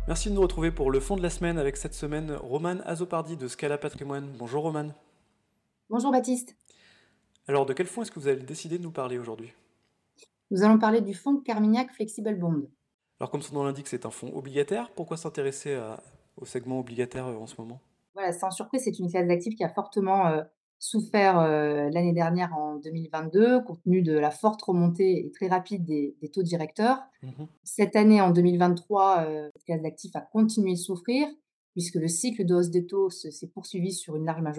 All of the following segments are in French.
Merci de nous retrouver pour le fond de la semaine avec cette semaine Romane Azopardi de Scala Patrimoine. Bonjour Romane. Bonjour Baptiste. Alors de quel fonds est-ce que vous avez décidé de nous parler aujourd'hui? Nous allons parler du fonds Carmignac Flexible Bond. Alors comme son nom l'indique, c'est un fonds obligataire. Pourquoi s'intéresser au segment obligataire en ce moment? Voilà, sans surprise, c'est une classe d'actifs qui a fortement souffert l'année dernière en 2022, compte tenu de la forte remontée et très rapide des taux directeurs. Mhm. Cette année, en 2023, cette classe d'actifs a continué de souffrir, puisque le cycle de hausse des taux s'est poursuivi sur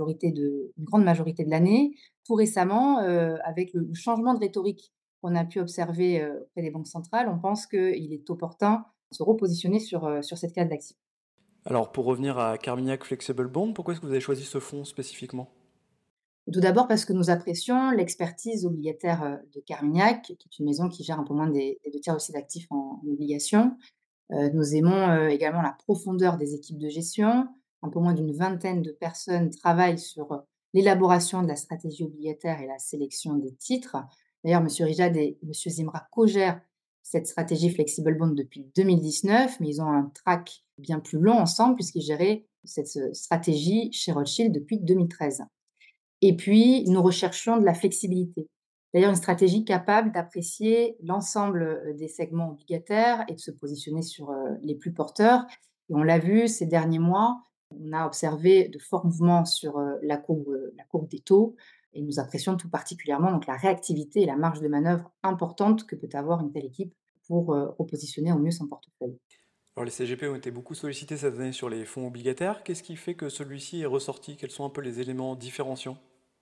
une grande majorité de l'année. Tout récemment, avec le changement de rhétorique qu'on a pu observer auprès des banques centrales, on pense qu'il est opportun de se repositionner sur cette classe d'actifs. Alors pour revenir à Carmignac Flexible Bond, pourquoi est-ce que vous avez choisi ce fonds spécifiquement? Tout d'abord parce que nous apprécions l'expertise obligataire de Carmignac, qui est une maison qui gère un peu moins des 2 tiers aussi d'actifs en obligations. Nous aimons également la profondeur des équipes de gestion. Un peu moins d'une vingtaine de personnes travaillent sur l'élaboration de la stratégie obligataire et la sélection des titres. D'ailleurs, Monsieur Rijad et Monsieur Zimra co-gèrent cette stratégie Flexible Bond depuis 2019, mais ils ont un track bien plus long ensemble puisqu'ils géraient cette stratégie chez Rothschild depuis 2013. Et puis, nous recherchions de la flexibilité. D'ailleurs, une stratégie capable d'apprécier l'ensemble des segments obligataires et de se positionner sur les plus porteurs. Et on l'a vu ces derniers mois, on a observé de forts mouvements sur la courbe des taux et nous apprécions tout particulièrement donc, la réactivité et la marge de manœuvre importante que peut avoir une telle équipe pour repositionner au mieux son portefeuille. Alors les CGP ont été beaucoup sollicités cette année sur les fonds obligataires. Qu'est-ce qui fait que celui-ci est ressorti? Quels sont un peu les éléments différenciants?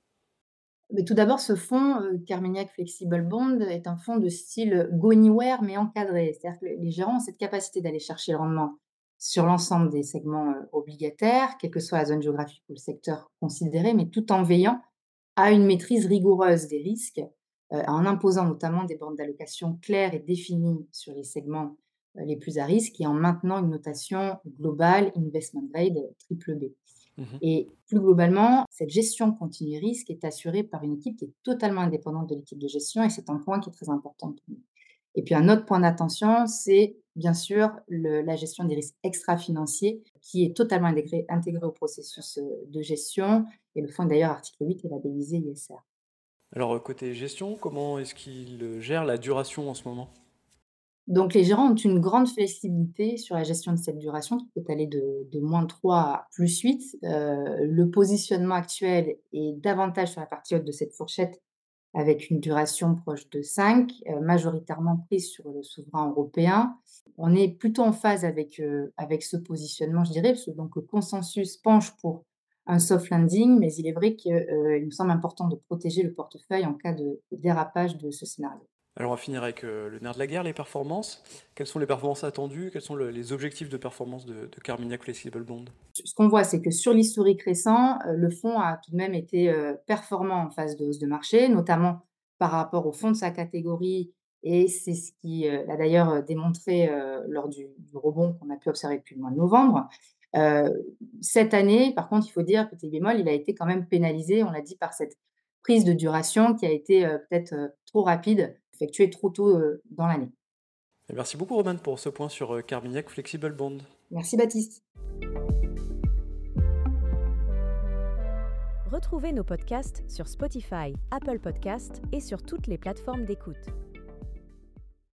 Mais tout d'abord, ce fonds, Carmignac Flexible Bond est un fonds de style go anywhere mais encadré. C'est-à-dire que les gérants ont cette capacité d'aller chercher le rendement sur l'ensemble des segments, obligataires, quelle que soit la zone géographique ou le secteur considéré, mais tout en veillant à une maîtrise rigoureuse des risques, en imposant notamment des bandes d'allocation claires et définies sur les segments, les plus à risque et en maintenant une notation globale investment grade, triple B. Mhm. Et plus globalement, cette gestion continue risque est assurée par une équipe qui est totalement indépendante de l'équipe de gestion et c'est un point qui est très important pour nous. Et puis un autre point d'attention, c'est bien sûr la gestion des risques extra-financiers qui est totalement intégrée au processus de gestion et le fonds est d'ailleurs article 8 est labellisé ISR. Alors côté gestion, comment est-ce qu'il gère la duration en ce moment? Donc les gérants ont une grande flexibilité sur la gestion de cette duration qui peut aller de -3 à +8. Le positionnement actuel est davantage sur la partie haute de cette fourchette avec une duration proche de 5, majoritairement prise sur le souverain européen. On est plutôt en phase avec ce positionnement, je dirais, parce que donc le consensus penche pour un soft landing, mais il est vrai qu'il nous semble important de protéger le portefeuille en cas de dérapage de ce scénario. Alors on va finir avec le nerf de la guerre, les performances. Quelles sont les performances attendues? Quels sont les objectifs de performance de Carmignac Flexible Bond? Ce qu'on voit, c'est que sur l'historique récent, le fonds a tout de même été, performant en phase de hausse de marché, notamment par rapport au fonds de sa catégorie et c'est ce qui, l'a d'ailleurs, démontré, lors du rebond qu'on a pu observer depuis le mois de novembre. Heu, Cette année, par contre, il faut dire, petit bémol, il a été quand même pénalisé, on l'a dit, par cette prise de duration qui a été, peut-être, trop rapide, effectuée trop tôt, dans l'année. Et merci beaucoup Roman pour ce point sur Carmignac Flexible Bond. Merci Baptiste. Retrouvez nos podcasts sur Spotify, Apple Podcasts et sur toutes les plateformes d'écoute.